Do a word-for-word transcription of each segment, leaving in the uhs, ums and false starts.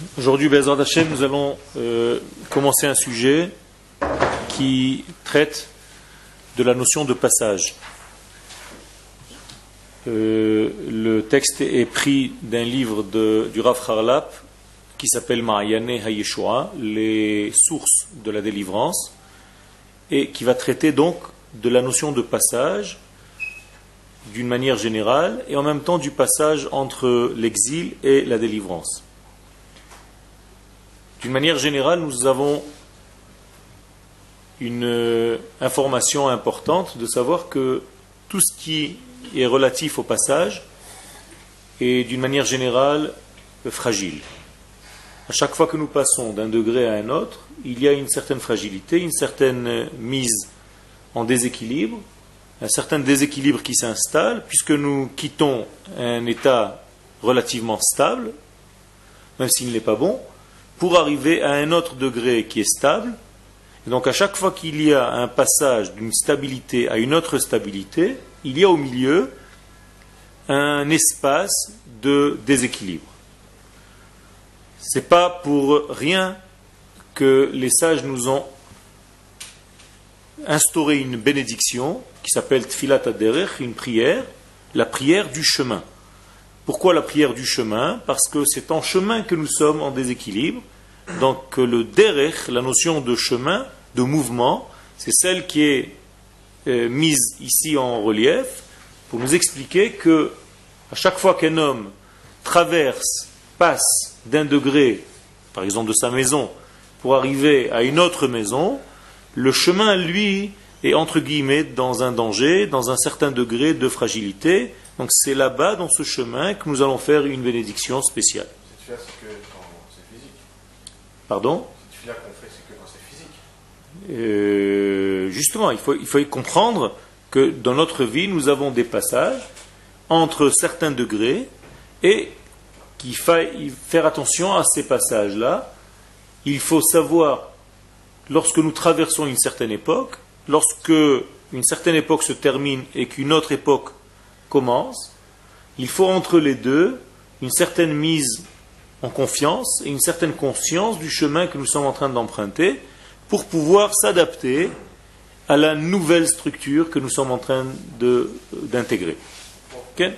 Aujourd'hui, Be'ezrat Hashem, nous allons euh, commencer un sujet qui traite de la notion de passage. Euh, le texte est pris d'un livre de, du Rav Harlap qui s'appelle Ma'ayane HaYeshua, les sources de la délivrance, et qui va traiter donc de la notion de passage d'une manière générale et en même temps du passage entre l'exil et la délivrance. D'une manière générale, nous avons une euh, information importante de savoir que tout ce qui est relatif au passage est d'une manière générale fragile. À chaque fois que nous passons d'un degré à un autre, il y a une certaine fragilité, une certaine mise en déséquilibre, un certain déséquilibre qui s'installe puisque nous quittons un état relativement stable, même s'il n'est pas bon, pour arriver à un autre degré qui est stable. Et donc à chaque fois qu'il y a un passage d'une stabilité à une autre stabilité, il y a au milieu un espace de déséquilibre. Ce n'est pas pour rien que les sages nous ont instauré une bénédiction qui s'appelle Tfilat HaDerech, une prière, la prière du chemin. Pourquoi la prière du chemin? Parce que c'est en chemin que nous sommes en déséquilibre. Donc le derech, la notion de chemin, de mouvement, c'est celle qui est euh, mise ici en relief pour nous expliquer que à chaque fois qu'un homme traverse, passe d'un degré, par exemple de sa maison, pour arriver à une autre maison, le chemin, lui, est entre guillemets dans un danger, dans un certain degré de fragilité. Donc c'est là-bas, dans ce chemin, que nous allons faire une bénédiction spéciale. Cette fila, c'est que quand c'est physique. Pardon? Cette fila qu'on fait, c'est que quand c'est physique. Euh, justement, il faut, il faut comprendre que dans notre vie, nous avons des passages entre certains degrés et qu'il faille faire attention à ces passages-là. Il faut savoir, lorsque nous traversons une certaine époque, lorsque une certaine époque se termine et qu'une autre époque commence, il faut entre les deux une certaine mise en confiance et une certaine conscience du chemin que nous sommes en train d'emprunter pour pouvoir s'adapter à la nouvelle structure que nous sommes en train de, d'intégrer. Okay?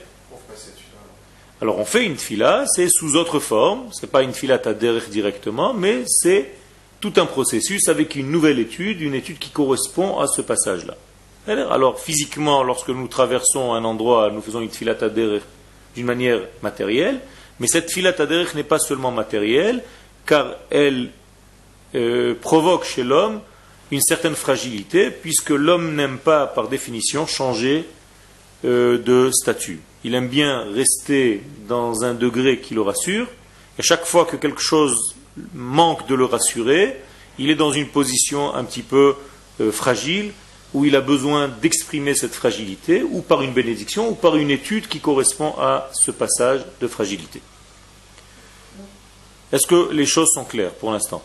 Alors on fait une tfila, c'est sous autre forme, ce n'est pas une tfila taderech directement, mais c'est tout un processus avec une nouvelle étude, une étude qui correspond à ce passage-là. Alors physiquement, lorsque nous traversons un endroit, nous faisons une tfila taderech d'une manière matérielle, mais cette tfila taderech n'est pas seulement matérielle, car elle euh, provoque chez l'homme une certaine fragilité, puisque l'homme n'aime pas, par définition, changer euh, de statut. Il aime bien rester dans un degré qui le rassure, et chaque fois que quelque chose manque de le rassurer, il est dans une position un petit peu euh, fragile, où il a besoin d'exprimer cette fragilité, ou par une bénédiction, ou par une étude qui correspond à ce passage de fragilité. Est-ce que les choses sont claires pour l'instant?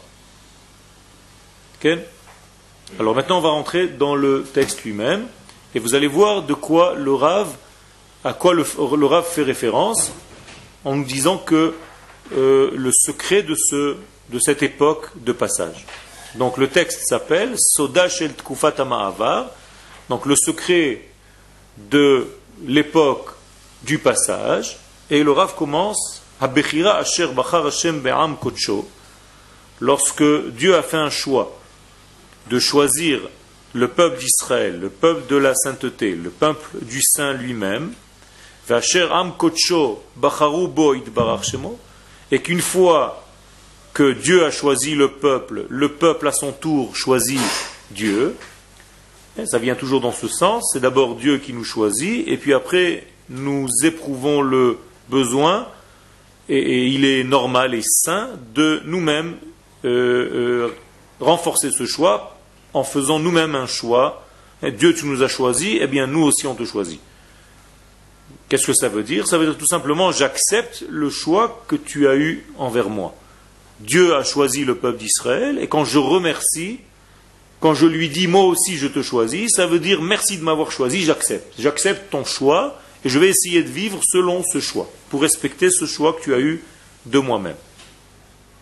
Okay? Alors maintenant on va rentrer dans le texte lui-même, et vous allez voir de quoi le Rav, à quoi le, le Rav fait référence, en nous disant que euh, le secret de, ce, de cette époque de passage. Donc le texte s'appelle Soda Shel Tkufat HaMa'avar, donc le secret de l'époque du passage, et le Rav commence Habechira Asher Bachar Hashem Be'am Kodsho, lorsque Dieu a fait un choix de choisir le peuple d'Israël, le peuple de la sainteté, le peuple du Saint lui-même, Ve'asher Am Kodsho Bacharu Bo Yitbarach Shemo, et qu'une fois que Dieu a choisi le peuple, le peuple à son tour choisit Dieu. Et ça vient toujours dans ce sens, c'est d'abord Dieu qui nous choisit, et puis après nous éprouvons le besoin, et, et il est normal et sain de nous-mêmes euh, euh, renforcer ce choix en faisant nous-mêmes un choix. Et Dieu tu nous as choisi, et bien nous aussi on te choisit. Qu'est-ce que ça veut dire? Ça veut dire tout simplement j'accepte le choix que tu as eu envers moi. Dieu a choisi le peuple d'Israël, et quand je remercie, quand je lui dis moi aussi je te choisis, ça veut dire merci de m'avoir choisi, j'accepte. J'accepte ton choix et je vais essayer de vivre selon ce choix, pour respecter ce choix que tu as eu de moi-même.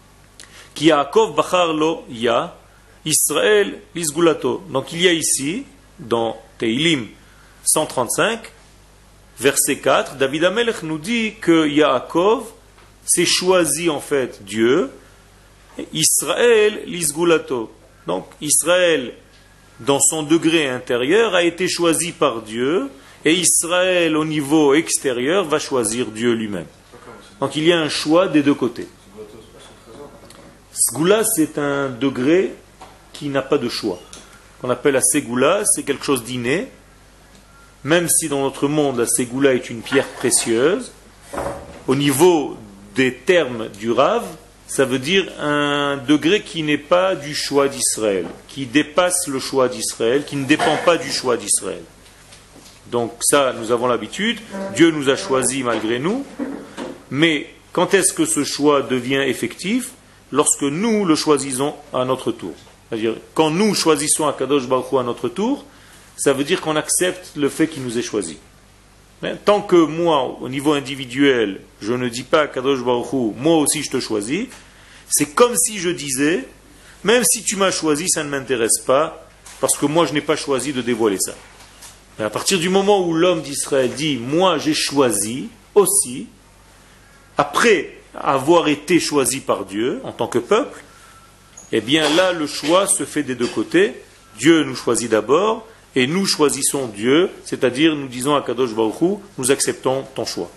Ki Yaakov bachar lo ya, Israël lisgulato. Donc il y a ici, dans Teilim cent trente-cinq, verset quatre, David Amelech nous dit que Yaakov s'est choisi en fait Dieu, Israël lisgulato. Donc Israël, dans son degré intérieur, a été choisi par Dieu, et Israël, au niveau extérieur, va choisir Dieu lui-même. Donc il y a un choix des deux côtés. Sgoula, c'est un degré qui n'a pas de choix. Qu'on appelle la Ségoula, c'est quelque chose d'inné. Même si dans notre monde, la Ségoula est une pierre précieuse, au niveau des termes du Rav, ça veut dire un degré qui n'est pas du choix d'Israël, qui dépasse le choix d'Israël, qui ne dépend pas du choix d'Israël. Donc ça, nous avons l'habitude, Dieu nous a choisis malgré nous, mais quand est-ce que ce choix devient effectif? Lorsque nous le choisissons à notre tour. C'est-à-dire, quand nous choisissons Akadosh Baruch Hu à notre tour, ça veut dire qu'on accepte le fait qu'il nous ait choisis. Mais tant que moi, au niveau individuel, je ne dis pas à Akadosh Baruch Hu, moi aussi je te choisis, c'est comme si je disais, même si tu m'as choisi, ça ne m'intéresse pas, parce que moi je n'ai pas choisi de dévoiler ça. Et à partir du moment où l'homme d'Israël dit, moi j'ai choisi aussi, après avoir été choisi par Dieu en tant que peuple, eh bien là le choix se fait des deux côtés. Dieu nous choisit d'abord et nous choisissons Dieu, c'est-à-dire nous disons à Kadosh Baruch Hu, nous acceptons ton choix.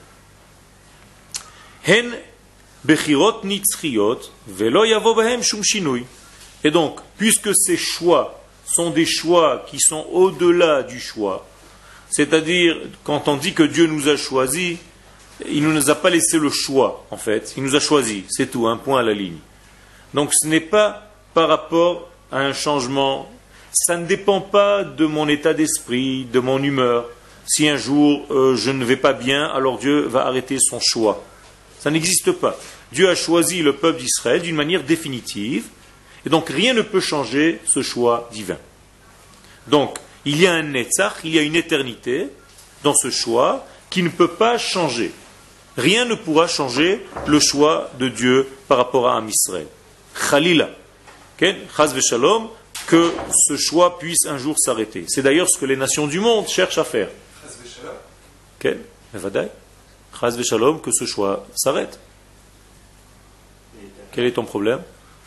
Hen bechirot nitzriot velo yavo bahem shum shinui. Et donc, puisque ces choix sont des choix qui sont au-delà du choix, c'est-à-dire quand on dit que Dieu nous a choisis, il ne nous a pas laissé le choix, en fait. Il nous a choisi, c'est tout, un point à la ligne. Donc ce n'est pas par rapport à un changement, ça ne dépend pas de mon état d'esprit, de mon humeur. Si un jour euh, je ne vais pas bien, alors Dieu va arrêter son choix. Ça n'existe pas. Dieu a choisi le peuple d'Israël d'une manière définitive, et donc rien ne peut changer ce choix divin. Donc, il y a un netzach, il y a une éternité dans ce choix qui ne peut pas changer. Rien ne pourra changer le choix de Dieu par rapport à Am Israël. Khalila, okay? Chaz v'shalom, que ce choix puisse un jour s'arrêter. C'est d'ailleurs ce que les nations du monde cherchent à faire. Chaz v'shalom. Okay? Mevadai. Chaz v'shalom, que ce choix s'arrête. Quel est ton problème?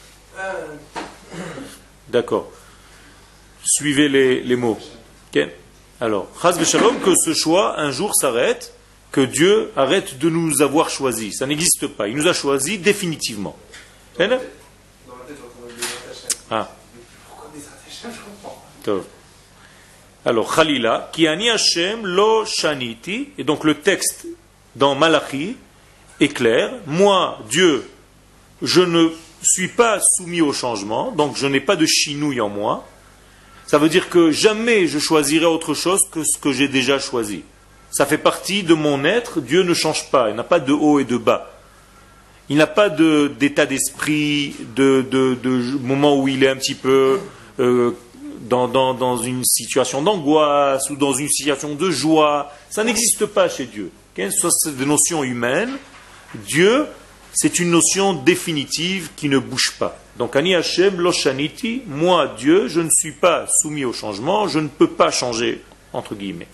D'accord. Suivez les, les mots. Okay? Alors, Chaz v'shalom, que ce choix un jour s'arrête, que Dieu arrête de nous avoir choisis. Ça n'existe pas. Il nous a choisis définitivement. Dans la tête, on va dire Ah. pourquoi des Hashem, je comprends. Tov. Alors, Khalila, ki ani Hashem lo shaniti, et donc le texte dans Malachi est clair. Moi, Dieu, je ne suis pas soumis au changement, donc je n'ai pas de chinouille en moi. Ça veut dire que jamais je choisirai autre chose que ce que j'ai déjà choisi. Ça fait partie de mon être, Dieu ne change pas, il n'a pas de haut et de bas. Il n'a pas de, d'état d'esprit, de, de, de moment où il est un petit peu euh, dans, dans, dans une situation d'angoisse ou dans une situation de joie. Ça n'existe pas chez Dieu. Okay? Ça, c'est des notions humaines. Dieu, c'est une notion définitive qui ne bouge pas. Donc, Ani Hashem lo shaniti, moi, Dieu, je ne suis pas soumis au changement, je ne peux pas changer, entre guillemets.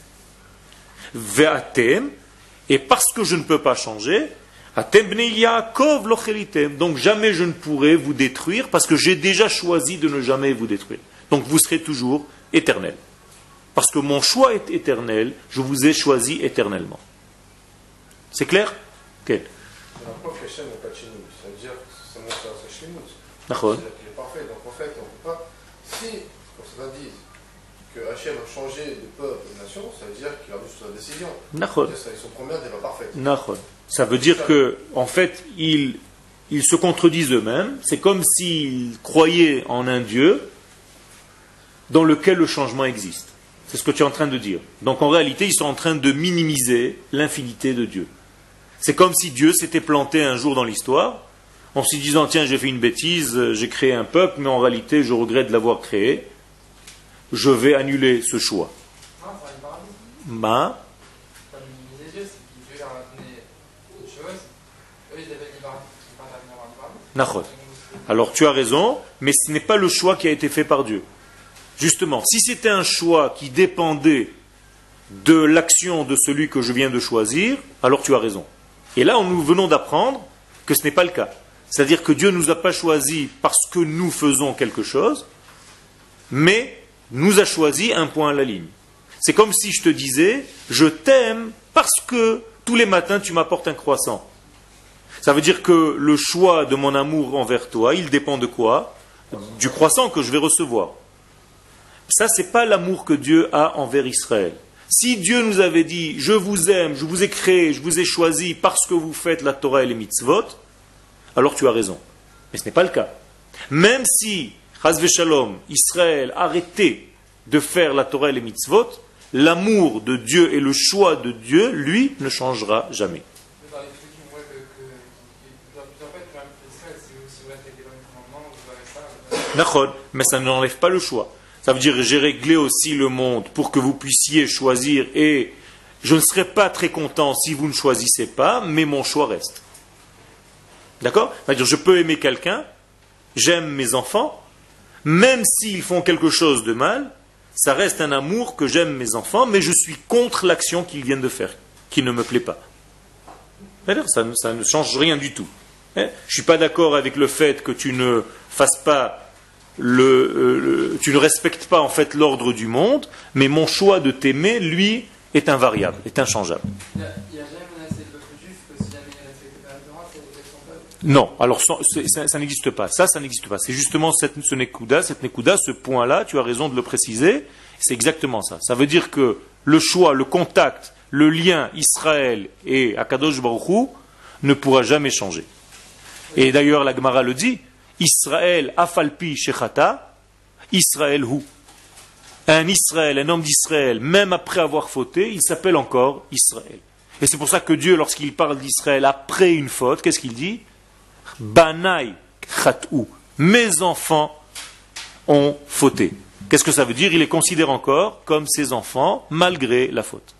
Ve'atem, et parce que je ne peux pas changer, atem bnei Yaakov lo chelitem, donc jamais je ne pourrai vous détruire, parce que j'ai déjà choisi de ne jamais vous détruire. Donc vous serez toujours éternel. Parce que mon choix est éternel, je vous ai choisi éternellement. C'est clair? Okay. Alors, pourquoi Hachem n'a pas de chez nous? Ça veut dire que ça montre sa chez nous. D'accord. C'est-à-dire qu'il est parfait. Donc en fait, on ne peut pas. Si, comme certains disent, que Hachem a changé de peuple et de nation, ça veut dire qu'il a juste sa décision. D'accord. Son première n'est pas parfaite. D'accord. Ça veut dire que, en fait, ils, ils se contredisent eux-mêmes. C'est comme s'ils croyaient en un Dieu dans lequel le changement existe. C'est ce que tu es en train de dire. Donc en réalité, ils sont en train de minimiser l'infinité de Dieu. C'est comme si Dieu s'était planté un jour dans l'histoire, en se disant, tiens, j'ai fait une bêtise, j'ai créé un peuple, mais en réalité, je regrette de l'avoir créé. Je vais annuler ce choix. Non, c'est pas une paradis. Ma. C'est pas minimiser Dieu, c'est que Dieu leur a donné autre chose. Eux, ils avaient une paradis, ils ne sont pas amenés à avoir une paradis. Nachot. Alors tu as raison, mais ce n'est pas le choix qui a été fait par Dieu. Justement, si c'était un choix qui dépendait de l'action de celui que je viens de choisir, alors tu as raison. Et là, nous venons d'apprendre que ce n'est pas le cas. C'est-à-dire que Dieu ne nous a pas choisi parce que nous faisons quelque chose, mais nous a choisi un point à la ligne. C'est comme si je te disais, je t'aime parce que tous les matins tu m'apportes un croissant. Ça veut dire que le choix de mon amour envers toi, il dépend de quoi? Du croissant que je vais recevoir. Ça, ce n'est pas l'amour que Dieu a envers Israël. Si Dieu nous avait dit, je vous aime, je vous ai créé, je vous ai choisi parce que vous faites la Torah et les mitzvot, alors tu as raison. Mais ce n'est pas le cas. Même si, chas v'shalom, Israël arrêtait de faire la Torah et les mitzvot, l'amour de Dieu et le choix de Dieu, lui, ne changera jamais. Dans les trucs, on voit que, que, que, que en fait, même Israël, si vous, si vous respectez pas les commandements, vous aurez ça. D'accord, mais ça n'enlève pas le choix. Ça veut dire que j'ai réglé aussi le monde pour que vous puissiez choisir et je ne serai pas très content si vous ne choisissez pas, mais mon choix reste. D'accord? C'est-à-dire je peux aimer quelqu'un, j'aime mes enfants, même s'ils font quelque chose de mal, ça reste un amour que j'aime mes enfants, mais je suis contre l'action qu'ils viennent de faire, qui ne me plaît pas. C'est-à-dire ça, ça ne change rien du tout. Je ne suis pas d'accord avec le fait que tu ne fasses pas Le, euh, le, tu ne respectes pas en fait l'ordre du monde, mais mon choix de t'aimer, lui, est invariable, est inchangeable. Il n'y a, a jamais menacé le peuple juif que si jamais il ne respectait pas la Torah, c'est d'être son peuple. Non, alors ça, ça, ça n'existe pas. Ça, ça n'existe pas. C'est justement cette, ce nekuda, cette nekuda, ce point-là, tu as raison de le préciser, c'est exactement ça. Ça veut dire que le choix, le contact, le lien Israël et Akadosh Baruch Hu ne pourra jamais changer. Et d'ailleurs, la Gemara le dit, Israël afalpi shechata, Israël hu. Un Israël, un homme d'Israël, même après avoir fauté, il s'appelle encore Israël. Et c'est pour ça que Dieu, lorsqu'il parle d'Israël après une faute, qu'est-ce qu'il dit? Banai chat'u. Mes enfants ont fauté. Qu'est-ce que ça veut dire? Il les considère encore comme ses enfants, malgré la faute.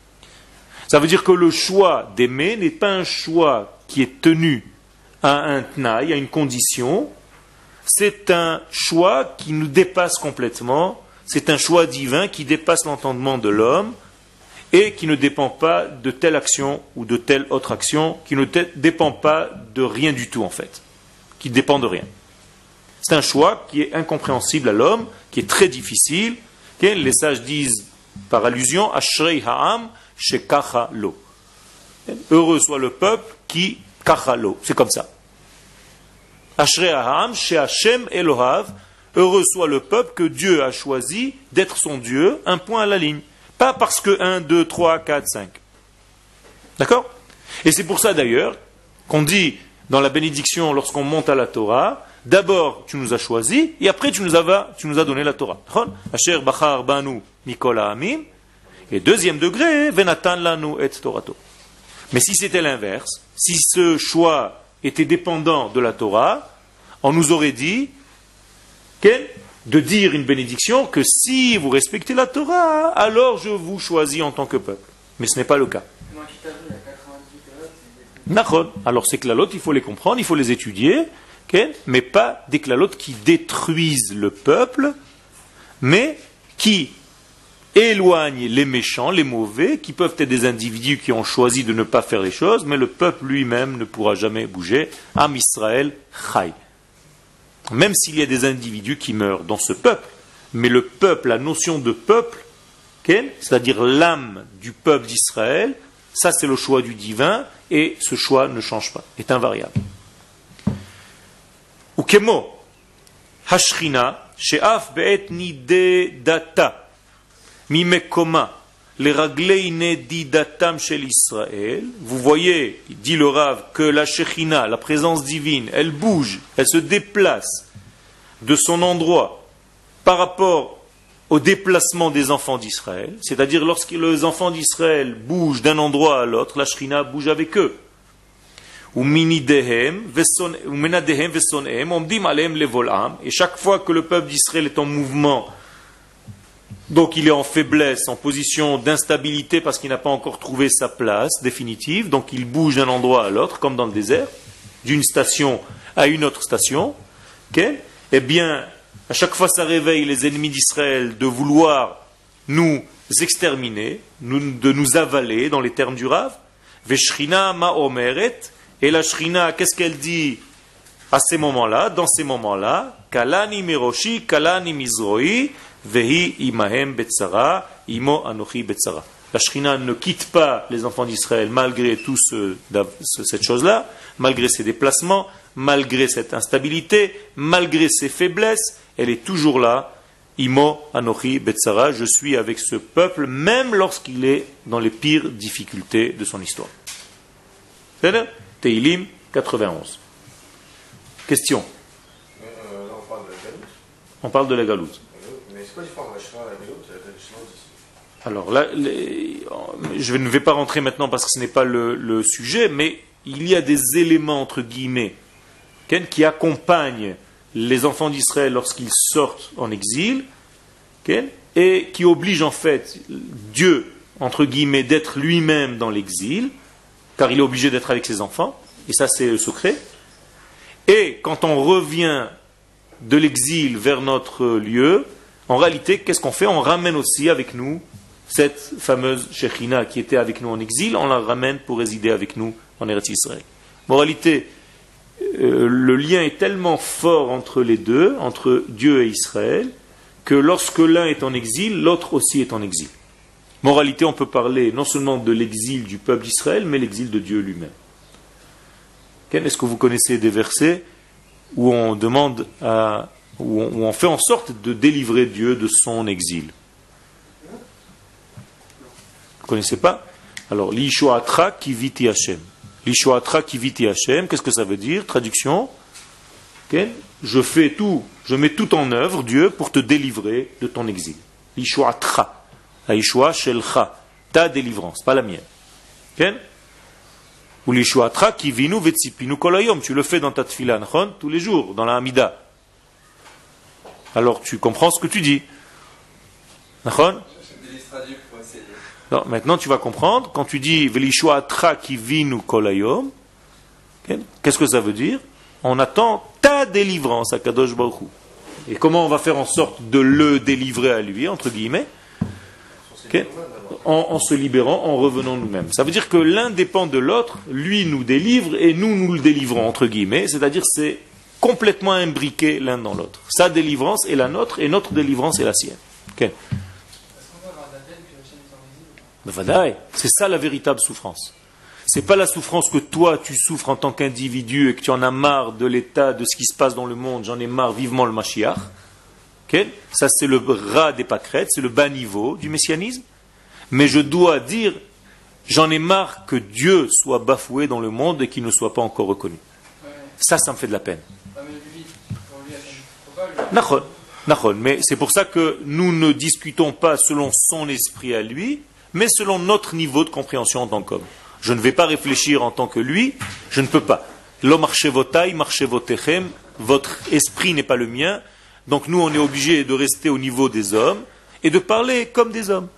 Ça veut dire que le choix d'aimer n'est pas un choix qui est tenu à un tnaï, à une condition, c'est un choix qui nous dépasse complètement, c'est un choix divin qui dépasse l'entendement de l'homme et qui ne dépend pas de telle action ou de telle autre action, qui ne dépend pas de rien du tout en fait, qui dépend de rien. C'est un choix qui est incompréhensible à l'homme, qui est très difficile. Les sages disent par allusion, Ashrei ha'am shekacha lo. Heureux soit le peuple qui Kachalo, c'est comme ça. Ashrei ha'am she'Hashem Elohav, heureux soit le peuple que Dieu a choisi d'être son Dieu, un point à la ligne. Pas parce que un, deux, trois, quatre, cinq. D'accord? Et c'est pour ça d'ailleurs qu'on dit dans la bénédiction lorsqu'on monte à la Torah, d'abord tu nous as choisis et après tu nous as, tu nous as donné la Torah. Asher bachar banu mikol ha'amim. Et deuxième degré, venatan lanu et torato. Mais si c'était l'inverse, si ce choix était dépendant de la Torah, on nous aurait dit de dire une bénédiction que si vous respectez la Torah, alors je vous choisis en tant que peuple. Mais ce n'est pas le cas. Alors ces klalotes, il faut les comprendre, il faut les étudier, mais pas des klalotes qui détruisent le peuple, mais qui éloigne les méchants, les mauvais, qui peuvent être des individus qui ont choisi de ne pas faire les choses, mais le peuple lui-même ne pourra jamais bouger. Am Israël Chai. Même s'il y a des individus qui meurent dans ce peuple, mais le peuple, la notion de peuple, c'est-à-dire l'âme du peuple d'Israël, ça c'est le choix du divin, et ce choix ne change pas, est invariable. Ukemo, Hashrina, she'af be'et nide data, Mimekoma, les ragleine didatam shel Israël. Vous voyez, dit le Rav, que la Shechina, la présence divine, elle bouge, elle se déplace de son endroit par rapport au déplacement des enfants d'Israël. C'est-à-dire, lorsque les enfants d'Israël bougent d'un endroit à l'autre, la Shechina bouge avec eux. Et chaque fois que le peuple d'Israël est en mouvement, donc il est en faiblesse, en position d'instabilité parce qu'il n'a pas encore trouvé sa place définitive, donc il bouge d'un endroit à l'autre, comme dans le désert, d'une station à une autre station. Okay? Eh bien, à chaque fois ça réveille les ennemis d'Israël de vouloir nous exterminer, nous, de nous avaler dans les termes du Rav. Veshrina ma omeret. Et la Shrina, qu'est-ce qu'elle dit à ces moments-là, dans ces moments-là? Kalani miroshi, kalani mizroi, vehi imahem betsara, imo anochi betsara. La Shrina ne quitte pas les enfants d'Israël malgré tout ce, cette chose-là, malgré ses déplacements, malgré cette instabilité, malgré ses faiblesses, elle est toujours là. Imo anochi betsara, je suis avec ce peuple, même lorsqu'il est dans les pires difficultés de son histoire. C'est-à-dire Teilim quatre-vingt-onze. Question. Euh, là, on parle de la galoute. On parle de la galoute. Mais c'est quoi la différence entre la Shema et la galoute et la Shema d'ici? Alors là, les... je ne vais pas rentrer maintenant parce que ce n'est pas le, le sujet, mais il y a des éléments, entre guillemets, qui accompagnent les enfants d'Israël lorsqu'ils sortent en exil, et qui obligent en fait Dieu, entre guillemets, d'être lui-même dans l'exil, car il est obligé d'être avec ses enfants, et ça c'est le secret. Et quand on revient de l'exil vers notre lieu, en réalité, qu'est-ce qu'on fait? On ramène aussi avec nous cette fameuse Shekhinah qui était avec nous en exil, on la ramène pour résider avec nous en Eretz Israël. En réalité, euh, le lien est tellement fort entre les deux, entre Dieu et Israël, que lorsque l'un est en exil, l'autre aussi est en exil. Moralité, on peut parler non seulement de l'exil du peuple d'Israël, mais l'exil de Dieu lui-même. Est-ce que vous connaissez des versets où on demande à, où on, où on fait en sorte de délivrer Dieu de son exil? Vous ne connaissez pas? Alors, l'Ishoatra kiviti Hashem. L'Ishoatra kiviti Hashem, qu'est-ce que ça veut dire? Traduction. Okay? Je fais tout, je mets tout en œuvre, Dieu, pour te délivrer de ton exil. L'Ishoatra. La Yeshua Shelcha, ta délivrance, pas la mienne. Okay? Ou l'Ishuatra qui vinu vetsipinu kolayom, tu le fais dans ta tfila, tous les jours, dans la Hamida. Alors tu comprends ce que tu dis. Non, maintenant tu vas comprendre, quand tu dis l'Ishuatra qui vinu kolayom, okay? Qu'est-ce que ça veut dire? On attend ta délivrance à Kadosh Baruch Hu. Et comment on va faire en sorte de le délivrer à lui, entre guillemets? Okay. En, en se libérant, en revenant nous-mêmes. Ça veut dire que l'un dépend de l'autre, lui nous délivre et nous nous le délivrons, entre guillemets, c'est-à-dire c'est complètement imbriqué l'un dans l'autre. Sa délivrance est la nôtre et notre délivrance est la sienne. Okay. Est-ce qu'on va avoir de la peine que Hachem est invisible? C'est ça la véritable souffrance. C'est pas la souffrance que toi tu souffres en tant qu'individu et que tu en as marre de l'état, de ce qui se passe dans le monde, j'en ai marre vivement le Mashiach. Okay. Ça c'est le ras des pâquerettes, c'est le bas niveau du messianisme. Mais je dois dire, j'en ai marre que Dieu soit bafoué dans le monde et qu'il ne soit pas encore reconnu. Ouais. Ça, ça me fait de la peine. Ah, mais lui, pour lui, faut pas lui. Nachon, nachon. Mais c'est pour ça que nous ne discutons pas selon son esprit à lui, mais selon notre niveau de compréhension en tant qu'homme. Je ne vais pas réfléchir en tant que lui, je ne peux pas. Lo marchevotai, marchevotechem, votre esprit n'est pas le mien. Donc nous, on est obligé de rester au niveau des hommes et de parler comme des hommes.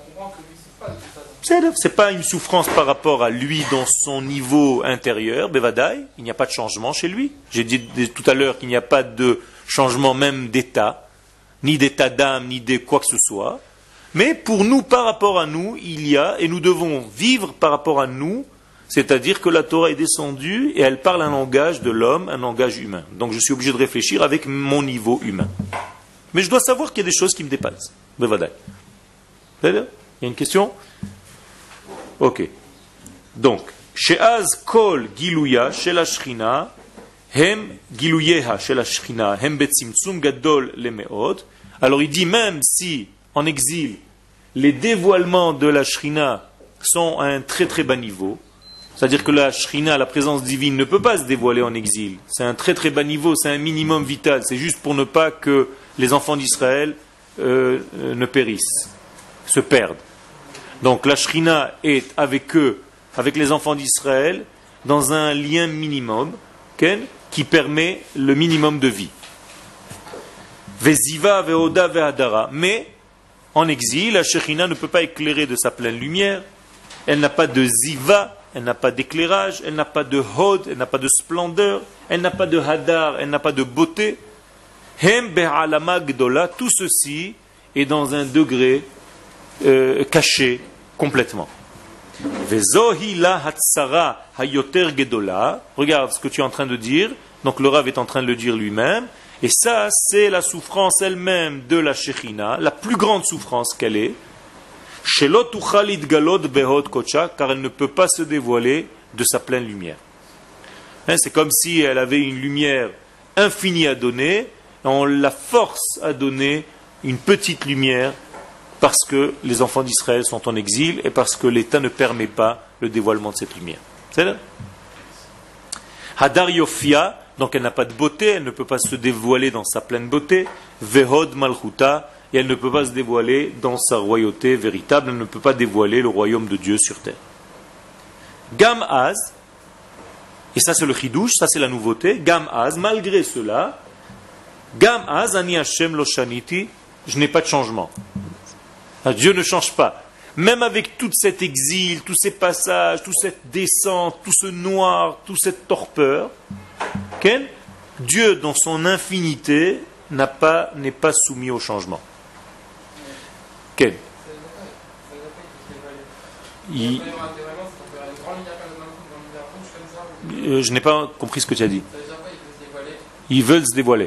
Ce n'est pas une souffrance par rapport à lui dans son niveau intérieur, Bevadaï, il n'y a pas de changement chez lui. J'ai dit tout à l'heure qu'il n'y a pas de changement même d'état, ni d'état d'âme, ni de quoi que ce soit. Mais pour nous, par rapport à nous, il y a, et nous devons vivre par rapport à nous, c'est-à-dire que la Torah est descendue et elle parle un langage de l'homme, un langage humain. Donc je suis obligé de réfléchir avec mon niveau humain. Mais je dois savoir qu'il y a des choses qui me dépassent. Bevadaï. Il y a une question? Ok. Donc, Sheaz kol giluya shel hashchina hem giluyeha shel hashchina hem betzimtzum gadol lemeod. Alors il dit même si en exil les dévoilements de la Shrina sont à un très très bas niveau, c'est-à-dire que la Shrina, la présence divine, ne peut pas se dévoiler en exil. C'est un très très bas niveau, c'est un minimum vital. C'est juste pour ne pas que les enfants d'Israël euh, ne périssent, se perdent. Donc la Shrina est avec eux, avec les enfants d'Israël, dans un lien minimum qui permet le minimum de vie. Veziva, veoda, vehadara. Mais en exil, la Shrina ne peut pas éclairer de sa pleine lumière. Elle n'a pas de ziva, elle n'a pas d'éclairage, elle n'a pas de hod, elle n'a pas de splendeur, elle n'a pas de hadar, elle n'a pas de beauté. Hem be'alama gdola, tout ceci est dans un degré euh, caché complètement. Vezohi la hatsara hayoter gedola. Regarde ce que tu es en train de dire. Donc le Rav est en train de le dire lui-même. Et ça, c'est la souffrance elle-même de la Shekhinah, la plus grande souffrance qu'elle est. Shelo tuchal idgalot behod kocha, car elle ne peut pas se dévoiler de sa pleine lumière. Hein, c'est comme si elle avait une lumière infinie à donner, et on la force à donner une petite lumière parce que les enfants d'Israël sont en exil et parce que l'État ne permet pas le dévoilement de cette lumière. C'est là. Hadar Yofia, donc elle n'a pas de beauté, elle ne peut pas se dévoiler dans sa pleine beauté. Vehod Malchuta, et elle ne peut pas se dévoiler dans sa royauté véritable, elle ne peut pas dévoiler le royaume de Dieu sur terre. Gam Az, et ça c'est le chidouche, ça c'est la nouveauté, Gam Az, malgré cela, Gam Az, Ani Hashem lo shaniti, je n'ai pas de changement. Dieu ne change pas. Même avec tout cet exil, tous ces passages, toute cette descente, tout ce noir, toute cette torpeur, okay, Dieu dans son infinité n'a pas, n'est pas soumis au changement. Okay. Il... Euh, je n'ai pas compris ce que tu as dit. Ils veulent se dévoiler.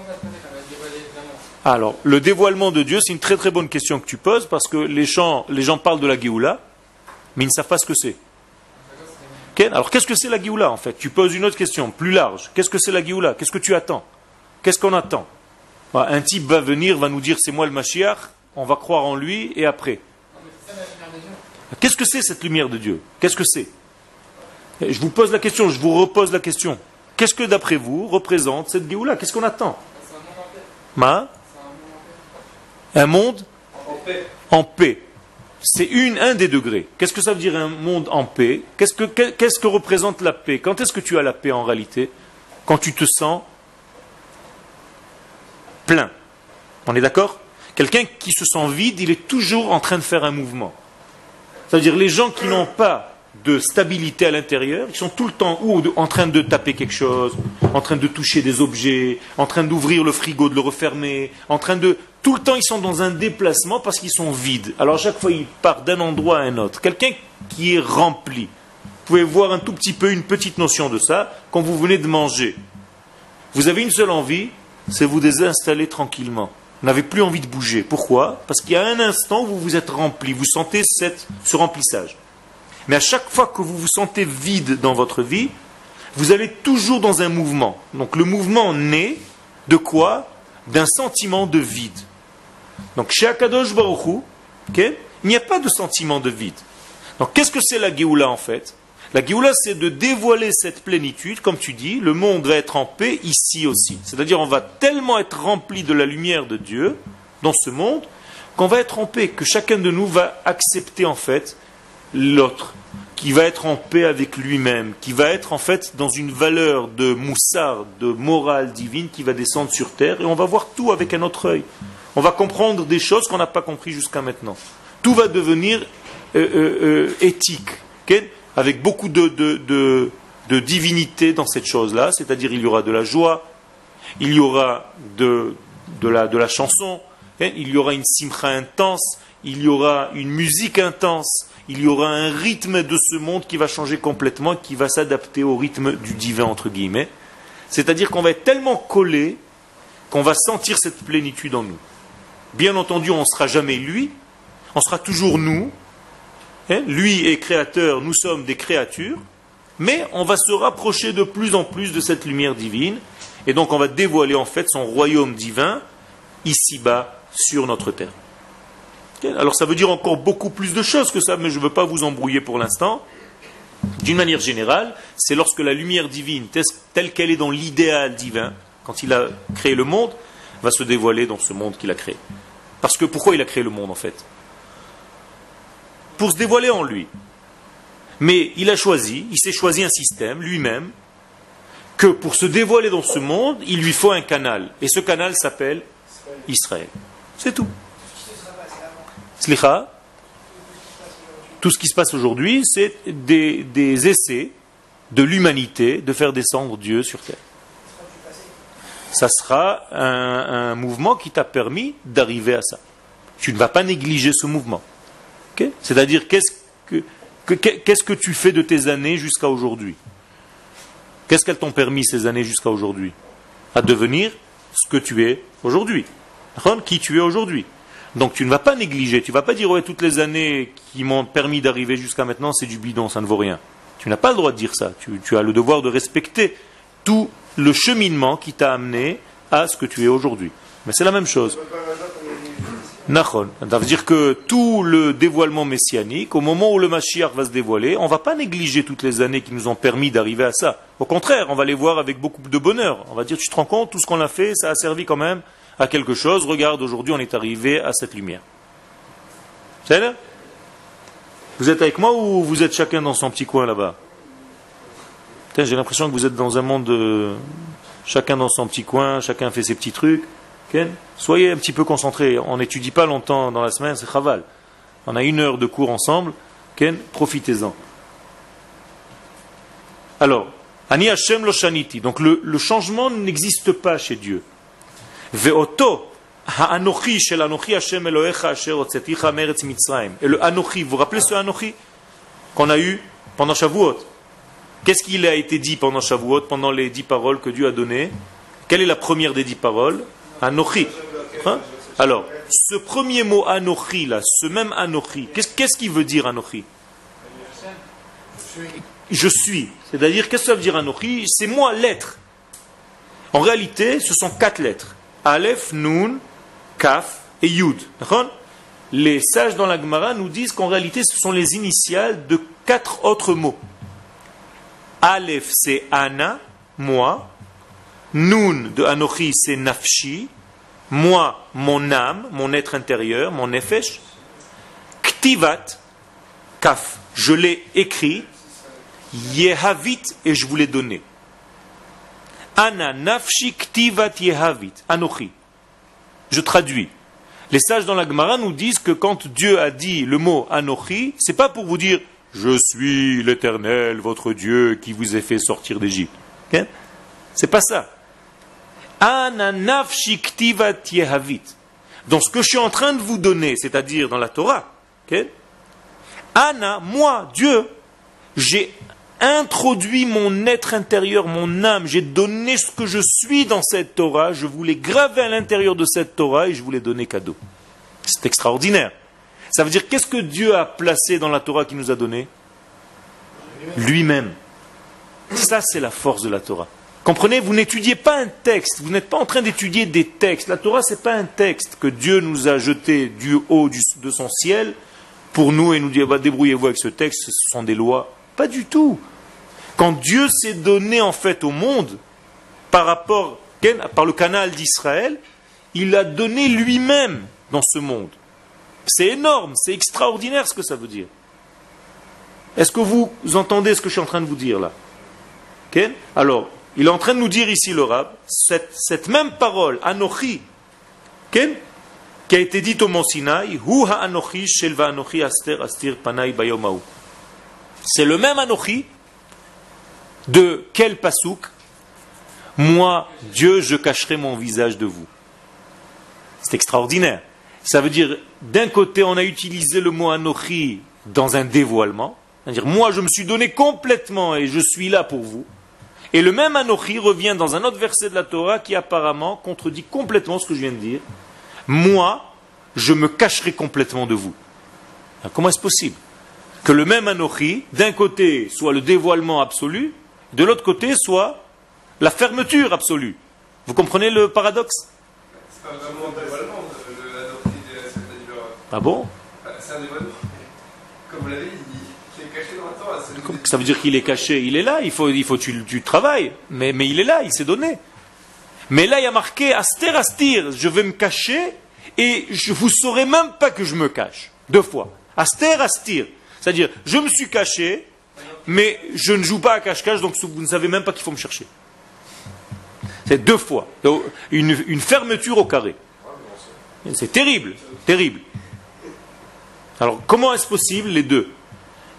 Alors, le dévoilement de Dieu, c'est une très très bonne question que tu poses, parce que les gens, les gens parlent de la Géoula, mais ils ne savent pas ce que c'est. Okay? Alors, qu'est-ce que c'est la Géoula en fait? Tu poses une autre question, plus large. Qu'est-ce que c'est la Géoula? Qu'est-ce que tu attends? Qu'est-ce qu'on attend? Un type va venir, va nous dire c'est moi le Mashiach, on va croire en lui, et après. Qu'est-ce que c'est cette lumière de Dieu? Qu'est-ce que c'est? Je vous pose la question, je vous repose la question. Qu'est-ce que d'après vous représente cette Géoula? Qu'est-ce qu'on attend? Ma Un monde en paix. En paix. C'est une, un des degrés. Qu'est-ce que ça veut dire un monde en paix? Qu'est-ce que, qu'est-ce que représente la paix? Quand est-ce que tu as la paix en réalité? Quand tu te sens plein. On est d'accord? Quelqu'un qui se sent vide, il est toujours en train de faire un mouvement. C'est-à-dire les gens qui n'ont pas de stabilité à l'intérieur, ils sont tout le temps ou en train de taper quelque chose, en train de toucher des objets, en train d'ouvrir le frigo, de le refermer, en train de... Tout le temps, ils sont dans un déplacement parce qu'ils sont vides. Alors, à chaque fois, ils partent d'un endroit à un autre. Quelqu'un qui est rempli. Vous pouvez voir un tout petit peu, une petite notion de ça, quand vous venez de manger. Vous avez une seule envie, c'est vous désinstaller tranquillement. Vous n'avez plus envie de bouger. Pourquoi? Parce qu'il y a un instant où vous vous êtes rempli. Vous sentez cette, ce remplissage. Mais à chaque fois que vous vous sentez vide dans votre vie, vous allez toujours dans un mouvement. Donc, le mouvement naît de quoi? D'un sentiment de vide. Donc, chez Akadosh Baruch Hu, okay, il n'y a pas de sentiment de vide. Donc, qu'est-ce que c'est la Géoula en fait? La Géoula, c'est de dévoiler cette plénitude, comme tu dis, le monde va être en paix ici aussi. C'est-à-dire, on va tellement être rempli de la lumière de Dieu, dans ce monde, qu'on va être en paix, que chacun de nous va accepter en fait l'autre, qui va être en paix avec lui-même, qui va être en fait dans une valeur de moussard, de morale divine qui va descendre sur terre, et on va voir tout avec un autre œil. On va comprendre des choses qu'on n'a pas compris jusqu'à maintenant. Tout va devenir euh, euh, euh, éthique, okay, avec beaucoup de, de, de, de divinité dans cette chose-là, c'est-à-dire il y aura de la joie, il y aura de, de, la, de la chanson, okay, il y aura une simcha intense, il y aura une musique intense, il y aura un rythme de ce monde qui va changer complètement, qui va s'adapter au rythme du divin, entre guillemets. C'est-à-dire qu'on va être tellement collé qu'on va sentir cette plénitude en nous. Bien entendu, on ne sera jamais lui, on sera toujours nous. Hein? Lui est créateur, nous sommes des créatures, mais on va se rapprocher de plus en plus de cette lumière divine, et donc on va dévoiler en fait son royaume divin, ici-bas, sur notre terre. Alors ça veut dire encore beaucoup plus de choses que ça, mais je ne veux pas vous embrouiller pour l'instant. D'une manière générale, c'est lorsque la lumière divine, telle qu'elle est dans l'idéal divin, quand il a créé le monde, va se dévoiler dans ce monde qu'il a créé. Parce que pourquoi il a créé le monde en fait? Pour se dévoiler en lui. Mais il a choisi, il s'est choisi un système lui-même, que pour se dévoiler dans ce monde, il lui faut un canal. Et ce canal s'appelle Israël. C'est tout. Slicha. Tout ce qui se passe aujourd'hui, c'est des, des essais de l'humanité de faire descendre Dieu sur terre. Ça sera un, un mouvement qui t'a permis d'arriver à ça. Tu ne vas pas négliger ce mouvement. Okay? C'est-à-dire, qu'est-ce que, que, qu'est-ce que tu fais de tes années jusqu'à aujourd'hui? Qu'est-ce qu'elles t'ont permis ces années jusqu'à aujourd'hui? À devenir ce que tu es aujourd'hui. Qui tu es aujourd'hui. Donc tu ne vas pas négliger, tu ne vas pas dire ouais, toutes les années qui m'ont permis d'arriver jusqu'à maintenant, c'est du bidon, ça ne vaut rien. Tu n'as pas le droit de dire ça. Tu, tu as le devoir de respecter tout le cheminement qui t'a amené à ce que tu es aujourd'hui. Mais c'est la même chose. Nachon. Ça veut dire que tout le dévoilement messianique, au moment où le Mashiach va se dévoiler, on ne va pas négliger toutes les années qui nous ont permis d'arriver à ça. Au contraire, on va les voir avec beaucoup de bonheur. On va dire, tu te rends compte, tout ce qu'on a fait, ça a servi quand même à quelque chose. Regarde, aujourd'hui, on est arrivé à cette lumière. C'est là? Vous êtes avec moi ou vous êtes chacun dans son petit coin là-bas? Putain, j'ai l'impression que vous êtes dans un monde de... chacun dans son petit coin, chacun fait ses petits trucs. Okay? Soyez un petit peu concentrés. On n'étudie pas longtemps dans la semaine, c'est chaval. On a une heure de cours ensemble. Okay? Profitez-en. Alors, Ani Hashem lo shaniti. Donc le, le changement n'existe pas chez Dieu. Ve'oto ha'anochi shel anochi Hashem Elohecha asher hotzeticha meretz Mitzrayim. Et le anochi, vous vous rappelez ce anochi qu'on a eu pendant Shavuot? Qu'est-ce qu'il a été dit pendant Shavuot, pendant les dix paroles que Dieu a données? Quelle est la première des dix paroles? Anochi. Hein? Alors, ce premier mot anochi là, ce même anochi, qu'est-ce, qu'est-ce qu'il veut dire anochi? Je suis. C'est-à-dire, qu'est-ce que ça veut dire anochi? C'est moi, l'être. En réalité, ce sont quatre lettres. Aleph, Nun, Kaf et Yud. Les sages dans la Gemara nous disent qu'en réalité, ce sont les initiales de quatre autres mots. Aleph, c'est Ana, moi. Nun de Anochi, c'est Nafshi. Moi, mon âme, mon être intérieur, mon nefesh. Ktivat, Kaf, je l'ai écrit. Yehavit, et je vous l'ai donné. Ana nafshi ktivat yehavit. Anochi. Je traduis. Les sages dans la Gemara nous disent que quand Dieu a dit le mot Anochi, c'est pas pour vous dire je suis l'Éternel, votre Dieu, qui vous a fait sortir d'Égypte. Okay? C'est pas ça. Ana nafshi ktivat yehavit. Dans ce que je suis en train de vous donner, c'est-à-dire dans la Torah, okay? Ana, moi, Dieu, j'ai introduit mon être intérieur, mon âme, j'ai donné ce que je suis dans cette Torah, je voulais graver à l'intérieur de cette Torah et je voulais donner cadeau. C'est extraordinaire. Ça veut dire, qu'est-ce que Dieu a placé dans la Torah qu'il nous a donné? Lui-même. Ça, c'est la force de la Torah. Comprenez, vous n'étudiez pas un texte, vous n'êtes pas en train d'étudier des textes. La Torah, ce n'est pas un texte que Dieu nous a jeté du haut du, de son ciel pour nous et nous dire, bah, débrouillez-vous avec ce texte, ce sont des lois. Pas du tout. Quand Dieu s'est donné en fait au monde, par rapport, par le canal d'Israël, il a donné lui-même dans ce monde. C'est énorme, c'est extraordinaire ce que ça veut dire. Est-ce que vous entendez ce que je suis en train de vous dire là? Okay? Alors, il est en train de nous dire ici le Rab, cette, cette même parole, Anochi, okay? Qui a été dite au Mont Sinaï, Hu ha-Anochi shel va-Anochi aster astir panai bayomahu. C'est le même Anochi de quel pasouk? Moi, Dieu, je cacherai mon visage de vous. C'est extraordinaire. Ça veut dire, d'un côté, on a utilisé le mot Anochi dans un dévoilement. C'est-à-dire, moi, je me suis donné complètement et je suis là pour vous. Et le même Anochi revient dans un autre verset de la Torah qui apparemment contredit complètement ce que je viens de dire. Moi, je me cacherai complètement de vous. Alors, comment est-ce possible que le même Anochi, d'un côté, soit le dévoilement absolu, de l'autre côté, soit la fermeture absolue? Vous comprenez le paradoxe? C'est pas vraiment un dévoilement, le Anochi de ce que tu as dit, Laura. Ah bon? C'est un dévoilement. Comme vous l'avez dit, il est caché dans la Torah. Ça veut dire qu'il est caché, il est là, il faut, il faut tu, tu travailles, mais, mais il est là, il s'est donné. Mais là, il y a marqué Aster Astir, je vais me cacher et je vous saurez même pas que je me cache. Deux fois. Aster Astir. C'est-à-dire, je me suis caché, mais je ne joue pas à cache-cache, donc vous ne savez même pas qu'il faut me chercher. C'est deux fois. Une, une fermeture au carré. C'est terrible, terrible. Alors, comment est-ce possible, les deux?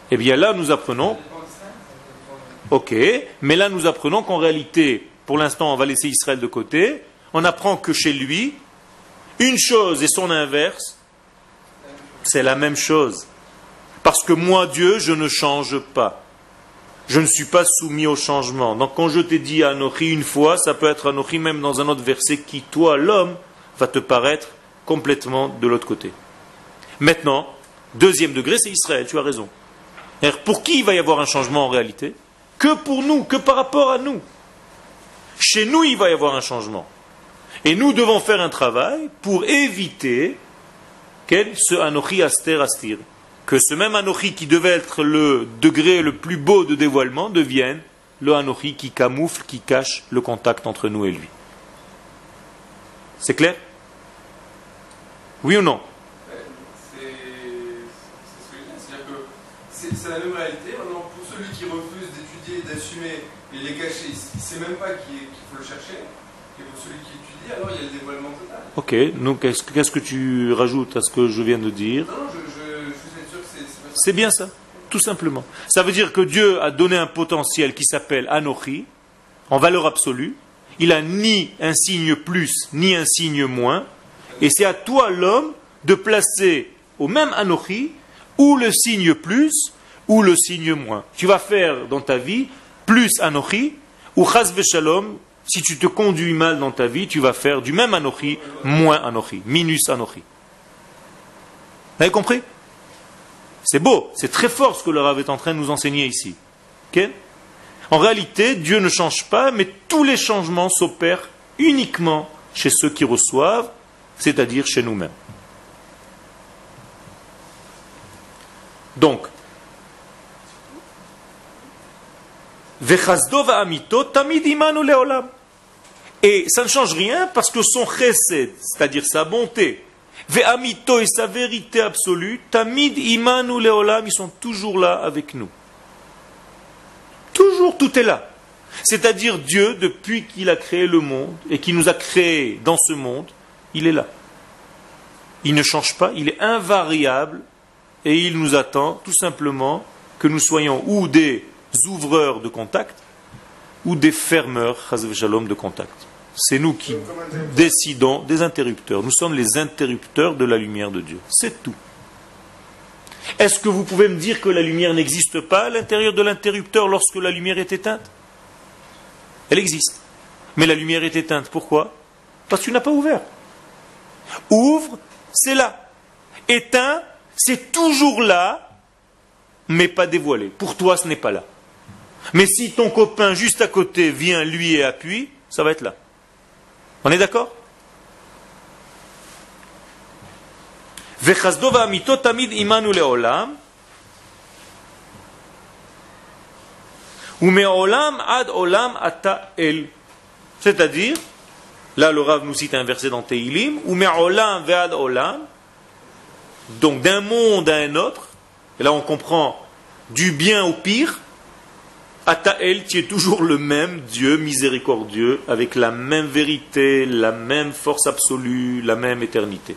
Eh bien là, nous apprenons, ok, mais là nous apprenons qu'en réalité, pour l'instant, on va laisser Israël de côté, on apprend que chez lui, une chose et son inverse, c'est la même chose. Parce que moi, Dieu, je ne change pas. Je ne suis pas soumis au changement. Donc quand je t'ai dit Anochi une fois, ça peut être Anochi même dans un autre verset qui, toi, l'homme, va te paraître complètement de l'autre côté. Maintenant, deuxième degré, c'est Israël, tu as raison. Alors, pour qui il va y avoir un changement en réalité? Que pour nous, que par rapport à nous. Chez nous, il va y avoir un changement. Et nous devons faire un travail pour éviter quel ce Anochi Aster Astir. Que ce même Anochi qui devait être le degré le plus beau de dévoilement devienne le Anochi qui camoufle, qui cache le contact entre nous et lui. C'est clair? Oui ou non? C'est ce que je dis, c'est-à-dire que c'est la même réalité. Maintenant, pour celui qui refuse d'étudier, d'assumer et les cacher, il ne sait même pas qu'il faut le chercher. Et pour celui qui étudie, alors il y a le dévoilement total. Ok, donc qu'est-ce qu'est-ce que tu rajoutes à ce que je viens de dire? Non, non, je, je, je suis sûr que c'est... C'est bien ça, tout simplement. Ça veut dire que Dieu a donné un potentiel qui s'appelle Anochi, en valeur absolue. Il a ni un signe plus, ni un signe moins. Et c'est à toi, l'homme, de placer au même Anochi, ou le signe plus, ou le signe moins. Tu vas faire dans ta vie plus Anochi, ou Chas v'Shalom, si tu te conduis mal dans ta vie, tu vas faire du même Anochi, moins Anochi, minus Anochi. Vous avez compris? C'est beau, c'est très fort ce que le Rav est en train de nous enseigner ici. Okay? En réalité, Dieu ne change pas, mais tous les changements s'opèrent uniquement chez ceux qui reçoivent, c'est-à-dire chez nous-mêmes. Donc, Vechazdo va'amito tamid imanu leolam. Et ça ne change rien parce que son chesed, c'est-à-dire sa bonté, ve'amito et sa vérité absolue, tamid imanu leolam, ils sont toujours là avec nous. Toujours, tout est là. C'est-à-dire Dieu, depuis qu'il a créé le monde et qu'il nous a créés dans ce monde, il est là. Il ne change pas, il est invariable et il nous attend tout simplement que nous soyons ou des ouvreurs de contact ou des fermeurs, chas v'shalom, de contact. C'est nous qui décidons des interrupteurs. Nous sommes les interrupteurs de la lumière de Dieu. C'est tout. Est-ce que vous pouvez me dire que la lumière n'existe pas à l'intérieur de l'interrupteur lorsque la lumière est éteinte? Elle existe. Mais la lumière est éteinte. Pourquoi? Parce que tu n'as pas ouvert. Ouvre, c'est là. Éteint, c'est toujours là, mais pas dévoilé. Pour toi, ce n'est pas là. Mais si ton copain juste à côté vient, lui, et appuie, ça va être là. On est d'accord? Vechazdo va'amito tamid imanu leolam umeolam ad olam ata el. C'est-à-dire, là le Rav nous cite un verset dans Teilim, umeolam ve'ad olam, donc d'un monde à un autre, et là on comprend du bien au pire, ata el, tu es toujours le même Dieu miséricordieux, avec la même vérité, la même force absolue, la même éternité.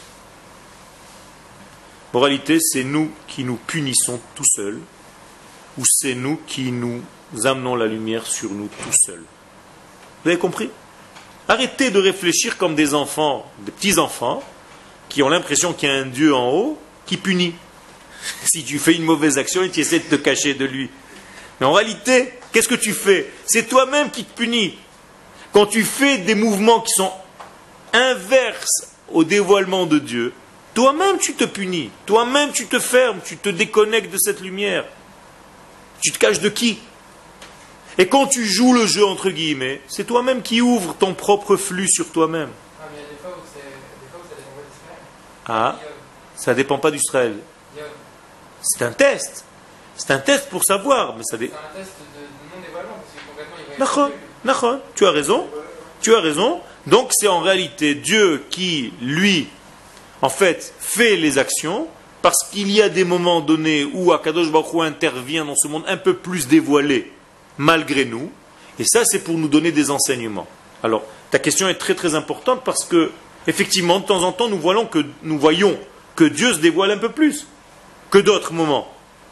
Moralité, c'est nous qui nous punissons tout seuls, ou c'est nous qui nous amenons la lumière sur nous tout seuls. Vous avez compris? Arrêtez de réfléchir comme des enfants, des petits-enfants, qui ont l'impression qu'il y a un Dieu en haut qui punit. Si tu fais une mauvaise action et tu essaies de te cacher de lui. Mais en réalité, qu'est-ce que tu fais? C'est toi-même qui te punis. Quand tu fais des mouvements qui sont inverses au dévoilement de Dieu, toi-même tu te punis, toi-même tu te fermes, tu te déconnectes de cette lumière. Tu te caches de qui? Et quand tu joues le jeu entre guillemets, c'est toi-même qui ouvres ton propre flux sur toi-même. Ah, mais il y a des fois où, c'est, des fois où ça dépend d'Israël. Ah, ça dépend pas d'Israël. C'est un test. C'est un test pour savoir, mais ça dé... C'est un test de, de non-dévoilement, parce que concrètement, il va être... Nachon, nachon, tu as raison, tu as raison. Donc c'est en réalité Dieu qui, lui, en fait, fait les actions, parce qu'il y a des moments donnés où Akadosh Baruch Hu intervient dans ce monde un peu plus dévoilé, malgré nous, et ça c'est pour nous donner des enseignements. Alors, ta question est très très importante parce que, effectivement, de temps en temps, nous voyons que, nous voyons que Dieu se dévoile un peu plus que d'autres moments.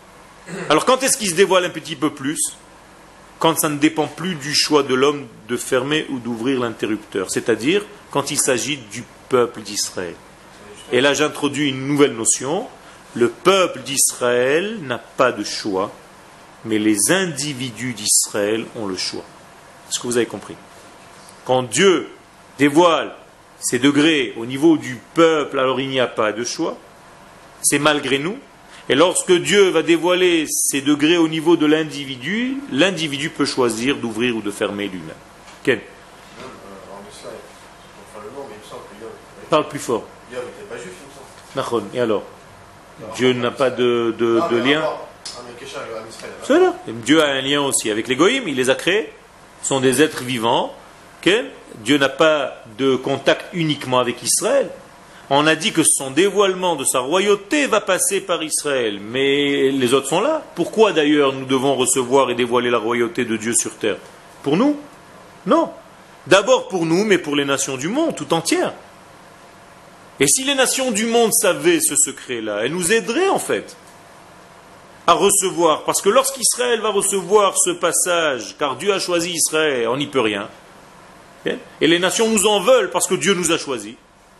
Alors quand est-ce qu'il se dévoile un petit peu plus? Quand ça ne dépend plus du choix de l'homme de fermer ou d'ouvrir l'interrupteur, c'est-à-dire quand il s'agit du peuple d'Israël. Et là j'introduis une nouvelle notion, le peuple d'Israël n'a pas de choix, mais les individus d'Israël ont le choix. Est-ce que vous avez compris? Quand Dieu dévoile ses degrés au niveau du peuple, alors il n'y a pas de choix, c'est malgré nous. Et lorsque Dieu va dévoiler ses degrés au niveau de l'individu, l'individu peut choisir d'ouvrir ou de fermer lui-même. Ken? Même, euh, en cela, enfin le nom, mais il me semble que Yom. Parle plus fort. Yom n'était pas juif, il me semble. Nachon. Et alors? Dieu n'a pas de, de, Ah, de mais lien. rapport. Ah, mais Kesha, en Israël, là. C'est là. Et Dieu a un lien aussi avec les goïms, il les a créés. Ce sont des êtres vivants. Ken? Dieu n'a pas de contact uniquement avec Israël. On a dit que son dévoilement de sa royauté va passer par Israël, mais les autres sont là. Pourquoi d'ailleurs nous devons recevoir et dévoiler la royauté de Dieu sur terre? Pour nous? Non. D'abord pour nous, mais pour les nations du monde tout entière. Et si les nations du monde savaient ce secret-là, elles nous aideraient en fait à recevoir. Parce que lorsqu'Israël va recevoir ce passage, car Dieu a choisi Israël, on n'y peut rien. Et les nations nous en veulent parce que Dieu nous a choisis.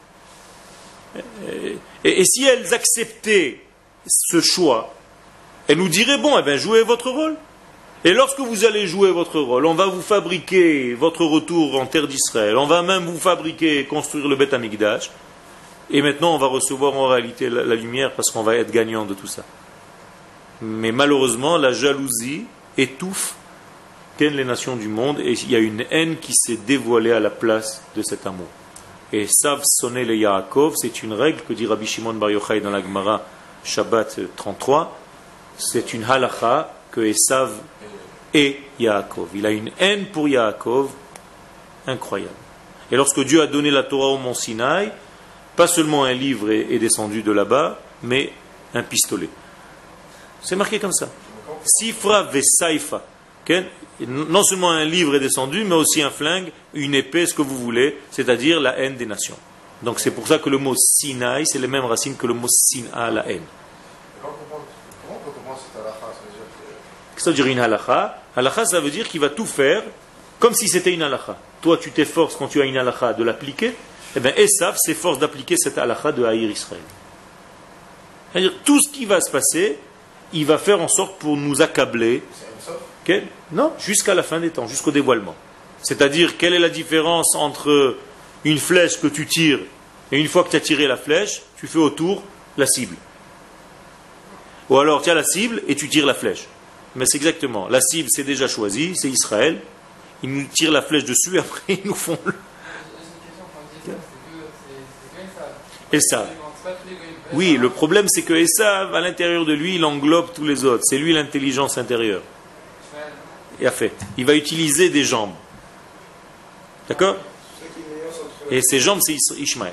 Et, et, et si elles acceptaient ce choix, elles nous diraient, bon, eh bien, jouez votre rôle. Et lorsque vous allez jouer votre rôle, on va vous fabriquer votre retour en terre d'Israël, on va même vous fabriquer, construire le Beth Amikdash, et maintenant on va recevoir en réalité la, la lumière parce qu'on va être gagnant de tout ça. Mais malheureusement, la jalousie étouffe les nations du monde, et il y a une haine qui s'est dévoilée à la place de cet amour. Et Sav sonner le Yaakov, c'est une règle que dit Rabbi Shimon Bar Yochai dans la Gemara Shabbat trente-trois, c'est une halakha que Esav est Yaakov. Il a une haine pour Yaakov incroyable. Et lorsque Dieu a donné la Torah au mont Sinaï, pas seulement un livre est, est descendu de là-bas, mais un pistolet. C'est marqué comme ça. Sifra vesaifa. Non seulement un livre est descendu, mais aussi un flingue, une épée, ce que vous voulez, c'est-à-dire la haine des nations. Donc c'est pour ça que le mot Sinaï, c'est les mêmes racines que le mot Sina, la haine. Comment on peut comprendre cette halakha? Ça veut dire que... Qu'est-ce que ça veut dire une halakha? Halakha, ça veut dire qu'il va tout faire comme si c'était une halakha. Toi, tu t'efforces quand tu as une halakha de l'appliquer. Eh bien, Esav s'efforce d'appliquer cette halakha de haïr Israël. C'est-à-dire, tout ce qui va se passer, il va faire en sorte pour nous accabler. Okay? Non, jusqu'à la fin des temps, jusqu'au dévoilement. C'est-à-dire, quelle est la différence entre une flèche que tu tires et une fois que tu as tiré la flèche, tu fais autour la cible. Ou alors tu as la cible et tu tires la flèche. Mais c'est exactement, la cible c'est déjà choisi, c'est Israël. Ils nous tirent la flèche dessus et après ils nous font le... Esav. Oui, le problème c'est que Esav, à l'intérieur de lui, il englobe tous les autres. C'est lui l'intelligence intérieure. Et a fait. Il va utiliser des jambes. D'accord? Et ces jambes, c'est Ishmaël.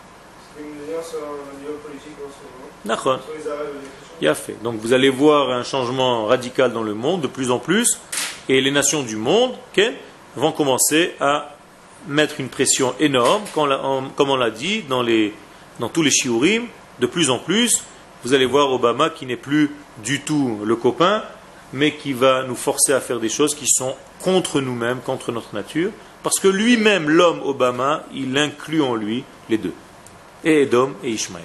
D'accord. Il a fait. Donc vous allez voir un changement radical dans le monde, de plus en plus. Et les nations du monde okay, vont commencer à mettre une pression énorme, comme on l'a dit dans, les, dans tous les shiurim, de plus en plus. Vous allez voir Obama qui n'est plus du tout le copain, mais qui va nous forcer à faire des choses qui sont contre nous-mêmes, contre notre nature, parce que lui-même, l'homme Obama, il inclut en lui les deux, et Edom et Ishmaël.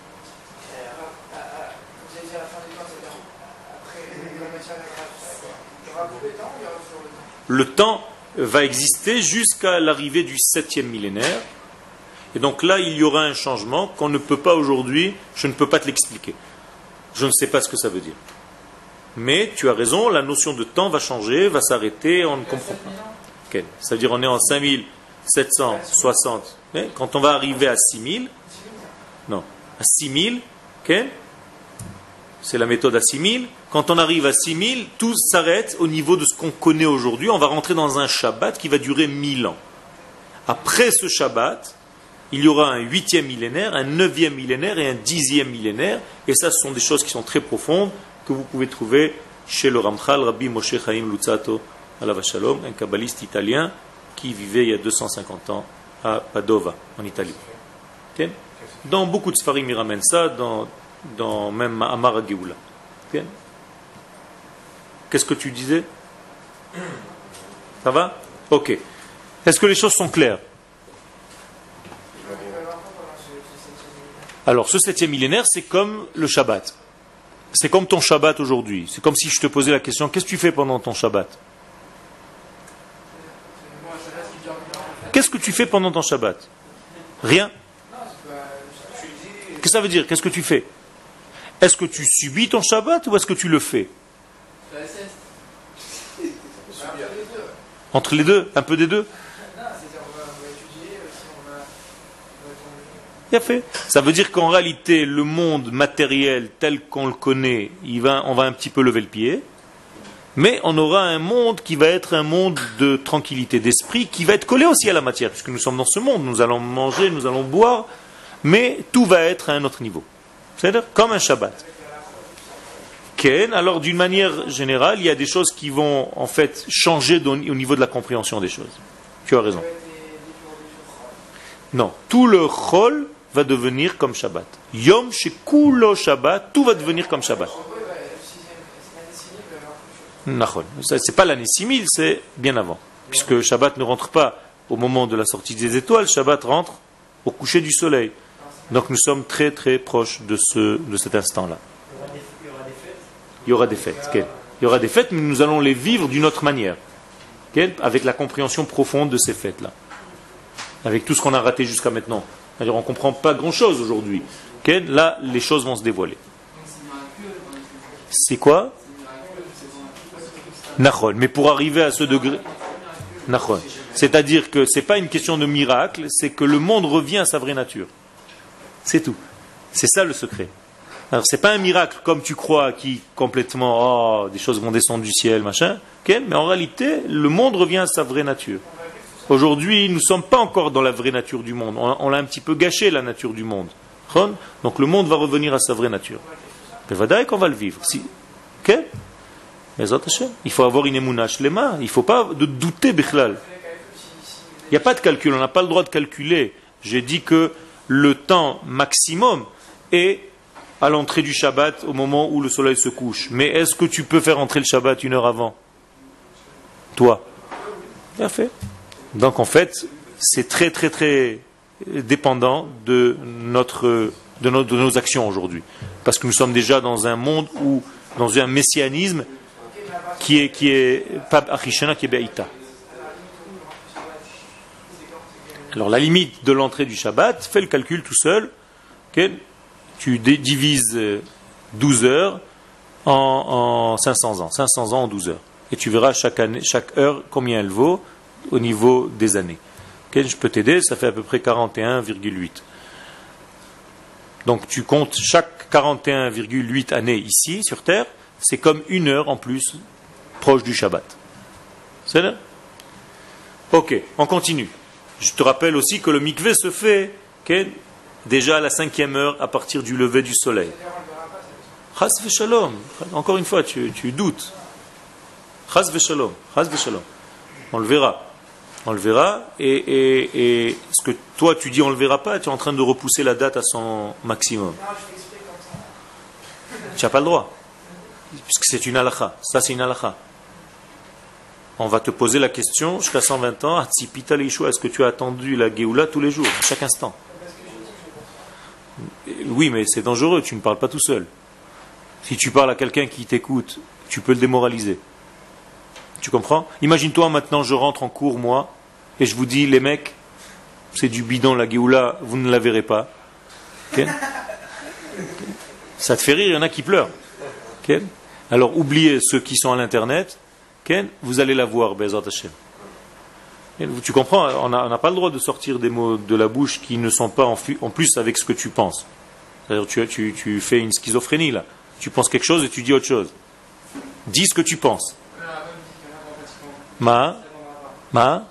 Le temps va exister jusqu'à l'arrivée du septième millénaire, et donc là, il y aura un changement qu'on ne peut pas aujourd'hui, je ne peux pas te l'expliquer. Je ne sais pas ce que ça veut dire. Mais tu as raison, la notion de temps va changer, va s'arrêter, on ne comprend pas. Okay. Ça veut dire on est en cinq mille sept cent soixante. Okay. Quand on va arriver à six mille, non, à six mille, okay. C'est la méthode à six mille. Quand on arrive à six mille, tout s'arrête au niveau de ce qu'on connaît aujourd'hui. On va rentrer dans un Shabbat qui va durer mille ans. Après ce Shabbat, il y aura un huitième millénaire, un neuvième millénaire et un dixième millénaire. Et ça, ce sont des choses qui sont très profondes, que vous pouvez trouver chez le Ramchal, Rabbi Moshe Chaim Luzzatto, alav shalom, un kabbaliste italien qui vivait il y a deux cent cinquante ans à Padova, en Italie. Okay? Dans beaucoup de Sfarim, il ramène ça, dans, dans même Amar Geoula. Okay? Qu'est-ce que tu disais? Ça va? Ok. Est-ce que les choses sont claires? Alors, ce septième millénaire, c'est comme le Shabbat. C'est comme ton Shabbat aujourd'hui. C'est comme si je te posais la question, qu'est-ce que tu fais pendant ton Shabbat? Qu'est-ce que tu fais pendant ton Shabbat? Rien. Qu'est-ce que ça veut dire? Qu'est-ce que tu fais? Est-ce que tu subis ton Shabbat ou est-ce que tu le fais? Entre les deux? Un peu des deux? Bien fait. Ça veut dire qu'en réalité, le monde matériel tel qu'on le connaît, il va, on va un petit peu lever le pied, mais on aura un monde qui va être un monde de tranquillité d'esprit, qui va être collé aussi à la matière, puisque nous sommes dans ce monde, nous allons manger, nous allons boire, mais tout va être à un autre niveau. C'est-à-dire comme un Shabbat. Ken, alors d'une manière générale, il y a des choses qui vont en fait changer au niveau de la compréhension des choses. Tu as raison. Non, tout le chol va devenir comme Shabbat. Yom shekulo Shabbat, tout va devenir comme Shabbat. Nachon. C'est pas l'année six mille, c'est bien avant. Puisque Shabbat ne rentre pas au moment de la sortie des étoiles, Shabbat rentre au coucher du soleil. Donc nous sommes très très proches de, ce, de cet instant-là. Il y aura des fêtes. Il y aura des fêtes, mais nous allons les vivre d'une autre manière. Avec la compréhension profonde de ces fêtes-là. Avec tout ce qu'on a raté jusqu'à maintenant. C'est-à-dire on ne comprend pas grand-chose aujourd'hui. Là, les choses vont se dévoiler. C'est quoi? Nachon. Mais pour arriver à ce degré... Nachon. C'est-à-dire que ce n'est pas une question de miracle, c'est que le monde revient à sa vraie nature. C'est tout. C'est ça le secret. Alors ce n'est pas un miracle comme tu crois qui complètement, oh, des choses vont descendre du ciel, machin. Mais en réalité, le monde revient à sa vraie nature. Aujourd'hui, nous ne sommes pas encore dans la vraie nature du monde. On, on l'a un petit peu gâché, la nature du monde. Donc le monde va revenir à sa vraie nature. Et qu'on va le vivre. Si. Okay? Il faut avoir une émouna shlema. Il ne faut pas de douter, bichlal. Il n'y a pas de calcul. On n'a pas le droit de calculer. J'ai dit que le temps maximum est à l'entrée du Shabbat au moment où le soleil se couche. Mais est-ce que tu peux faire entrer le Shabbat une heure avant? Toi. Bien fait. Donc en fait, c'est très très très dépendant de, notre, de, nos, de nos actions aujourd'hui. Parce que nous sommes déjà dans un monde où, dans un messianisme qui est qui est pas Achishana, qui est Be'ita. Alors la limite de l'entrée du Shabbat, fais le calcul tout seul. Okay? Tu divises douze heures en, en cinq cents ans. cinq cents ans en douze heures. Et tu verras chaque, année, chaque heure combien elle vaut au niveau des années. Okay, je peux t'aider, ça fait à peu près quarante et un virgule huit. Donc tu comptes chaque quarante et un virgule huit années ici, sur Terre, c'est comme une heure en plus proche du Shabbat. C'est là? Ok, on continue. Je te rappelle aussi que le mikvé se fait okay, déjà à la cinquième heure à partir du lever du soleil. Chas v'shalom. Encore une fois, tu, tu doutes. Chas v'shalom. Chas v'shalom. On le verra. On le verra, et, et, et ce que toi tu dis on le verra pas, tu es en train de repousser la date à son maximum. Tu n'as pas le droit, puisque c'est une halakha. Ça c'est une halakha. On va te poser la question jusqu'à cent vingt ans, est-ce que tu as attendu la Géoula tous les jours, à chaque instant? Oui, mais c'est dangereux, tu ne parles pas tout seul. Si tu parles à quelqu'un qui t'écoute, tu peux le démoraliser. Tu comprends? Imagine-toi maintenant, je rentre en cours, moi, et je vous dis, les mecs, c'est du bidon, la Géoula, vous ne la verrez pas. Okay? Ça te fait rire, il y en a qui pleurent. Okay? Alors, oubliez ceux qui sont à l'Internet, okay? Vous allez la voir, Bezat Hashem. Tu comprends? On n'a pas le droit de sortir des mots de la bouche qui ne sont pas en, en plus avec ce que tu penses. C'est-à-dire, tu, tu, tu fais une schizophrénie, là. Tu penses quelque chose et tu dis autre chose. Dis ce que tu penses. Ma, ma,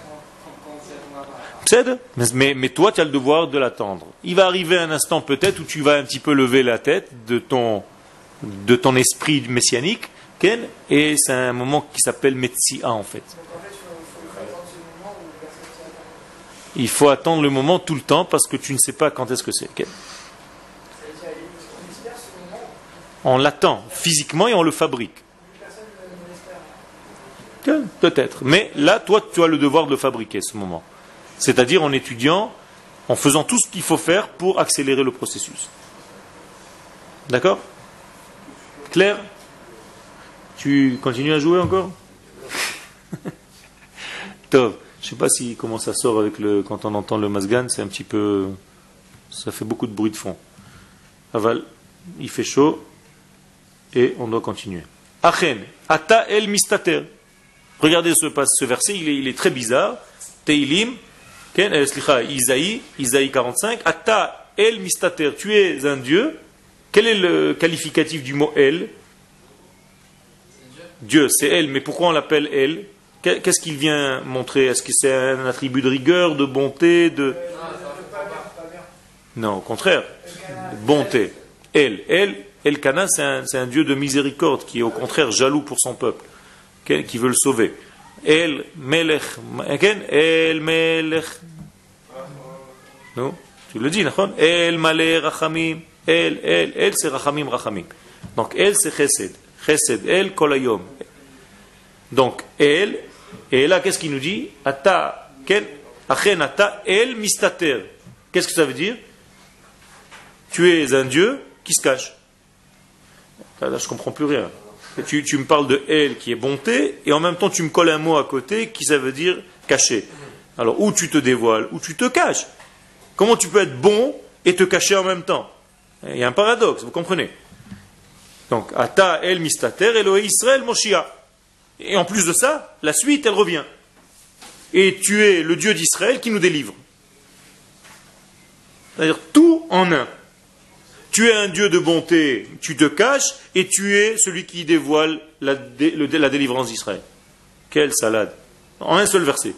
mais, mais, mais toi tu as le devoir de l'attendre. Il va arriver un instant peut-être où tu vas un petit peu lever la tête de ton, de ton esprit messianique, et c'est un moment qui s'appelle Metsia en fait. Il faut attendre le moment tout le temps parce que tu ne sais pas quand est-ce que c'est. On l'attend physiquement et on le fabrique. Peut-être. Mais là, toi, tu as le devoir de le fabriquer, ce moment. C'est-à-dire en étudiant, en faisant tout ce qu'il faut faire pour accélérer le processus. D'accord? Claire? Tu continues à jouer encore? Tov. Je ne sais pas si comment ça sort avec le quand on entend le masgan, c'est un petit peu, ça fait beaucoup de bruit de fond. Aval, il fait chaud et on doit continuer. Achen, ata el mistater. Regardez ce, ce verset, il est, il est très bizarre. Teilim, ken, eh, slicha, Isaïe, Isaïe quarante-cinq. Ata el mistater, tu es un dieu. Quel est le qualificatif du mot el? Dieu, c'est elle, mais pourquoi on l'appelle elle? Qu'est-ce qu'il vient montrer? Est-ce que c'est un attribut de rigueur, de bonté, de... Non, au contraire. Bonté. Elle, elle, Elkana, c'est un, c'est un Dieu de miséricorde qui est au contraire jaloux pour son peuple, qui veut le sauver. El, Melech, El, Melech. Non, tu le dis, d'accord? El, Malé, Rachamim. El, El, El, c'est Rachamim, Rachamim. Donc, El, c'est Chesed. Chesed, El, Kolayom. Donc, El, et là, qu'est-ce qu'il nous dit? Ata, ken, achen, ata, El, mistater. Qu'est-ce que ça veut dire? Tu es un Dieu qui se cache. Là, là je ne comprends plus rien. Tu, tu me parles de El qui est bonté, et en même temps tu me colles un mot à côté qui ça veut dire cacher. Alors, ou tu te dévoiles, ou tu te caches. Comment tu peux être bon et te cacher en même temps? Il y a un paradoxe, vous comprenez? Donc, Ata El Mistater, Elohé Israël Moshiach. Et en plus de ça, la suite, elle revient. Et tu es le Dieu d'Israël qui nous délivre. C'est-à-dire tout en un. Tu es un Dieu de bonté, tu te caches, et tu es celui qui dévoile la, dé, le, la délivrance d'Israël. Quelle salade! En un seul verset.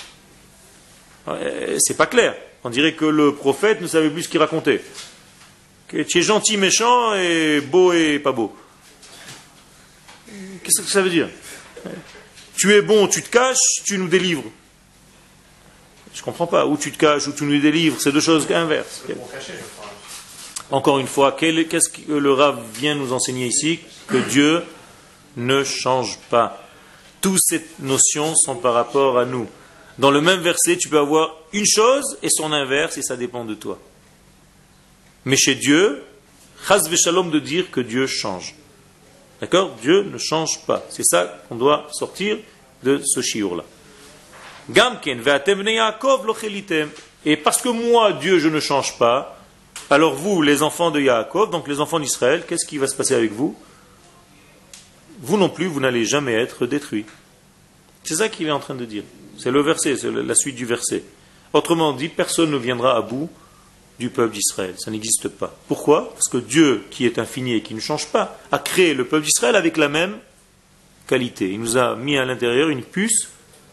C'est pas clair. On dirait que le prophète ne savait plus ce qu'il racontait. Que tu es gentil, méchant, et beau et pas beau. Qu'est-ce que ça veut dire? Tu es bon, tu te caches, tu nous délivres. Je ne comprends pas. Ou tu te caches, ou tu nous délivres, c'est deux choses inverses. Encore une fois, qu'est-ce que le Rav vient nous enseigner ici? Que Dieu ne change pas. Toutes ces notions sont par rapport à nous. Dans le même verset, tu peux avoir une chose et son inverse, et ça dépend de toi. Mais chez Dieu, chas v'shalom de dire que Dieu change. D'accord? Dieu ne change pas. C'est ça qu'on doit sortir de ce shiur-là. Gamken ve'atem bnei Yaakov lo chelitem. Et parce que moi, Dieu, je ne change pas, alors vous, les enfants de Yaakov, donc les enfants d'Israël, qu'est-ce qui va se passer avec vous? Vous non plus, vous n'allez jamais être détruits. C'est ça qu'il est en train de dire. C'est le verset, c'est la suite du verset. Autrement dit, personne ne viendra à bout du peuple d'Israël. Ça n'existe pas. Pourquoi? Parce que Dieu, qui est infini et qui ne change pas, a créé le peuple d'Israël avec la même qualité. Il nous a mis à l'intérieur une puce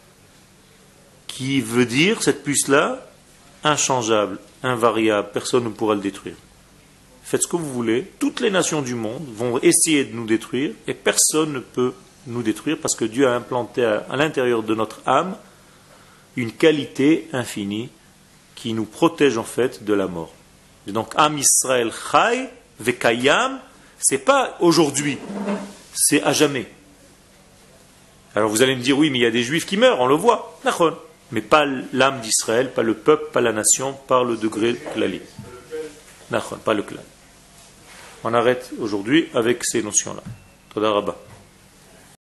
qui veut dire, cette puce-là, inchangeable, invariable, personne ne pourra le détruire. Faites ce que vous voulez, toutes les nations du monde vont essayer de nous détruire et personne ne peut nous détruire parce que Dieu a implanté à, à l'intérieur de notre âme une qualité infinie qui nous protège en fait de la mort. Et donc, Am Israël Chai Vekayam, c'est pas aujourd'hui, c'est à jamais. Alors vous allez me dire, oui, mais il y a des juifs qui meurent, on le voit, mais pas l'âme d'Israël, pas le peuple, pas la nation, par le degré klali. Pas le clan. On arrête aujourd'hui avec ces notions-là. Toda Rabba.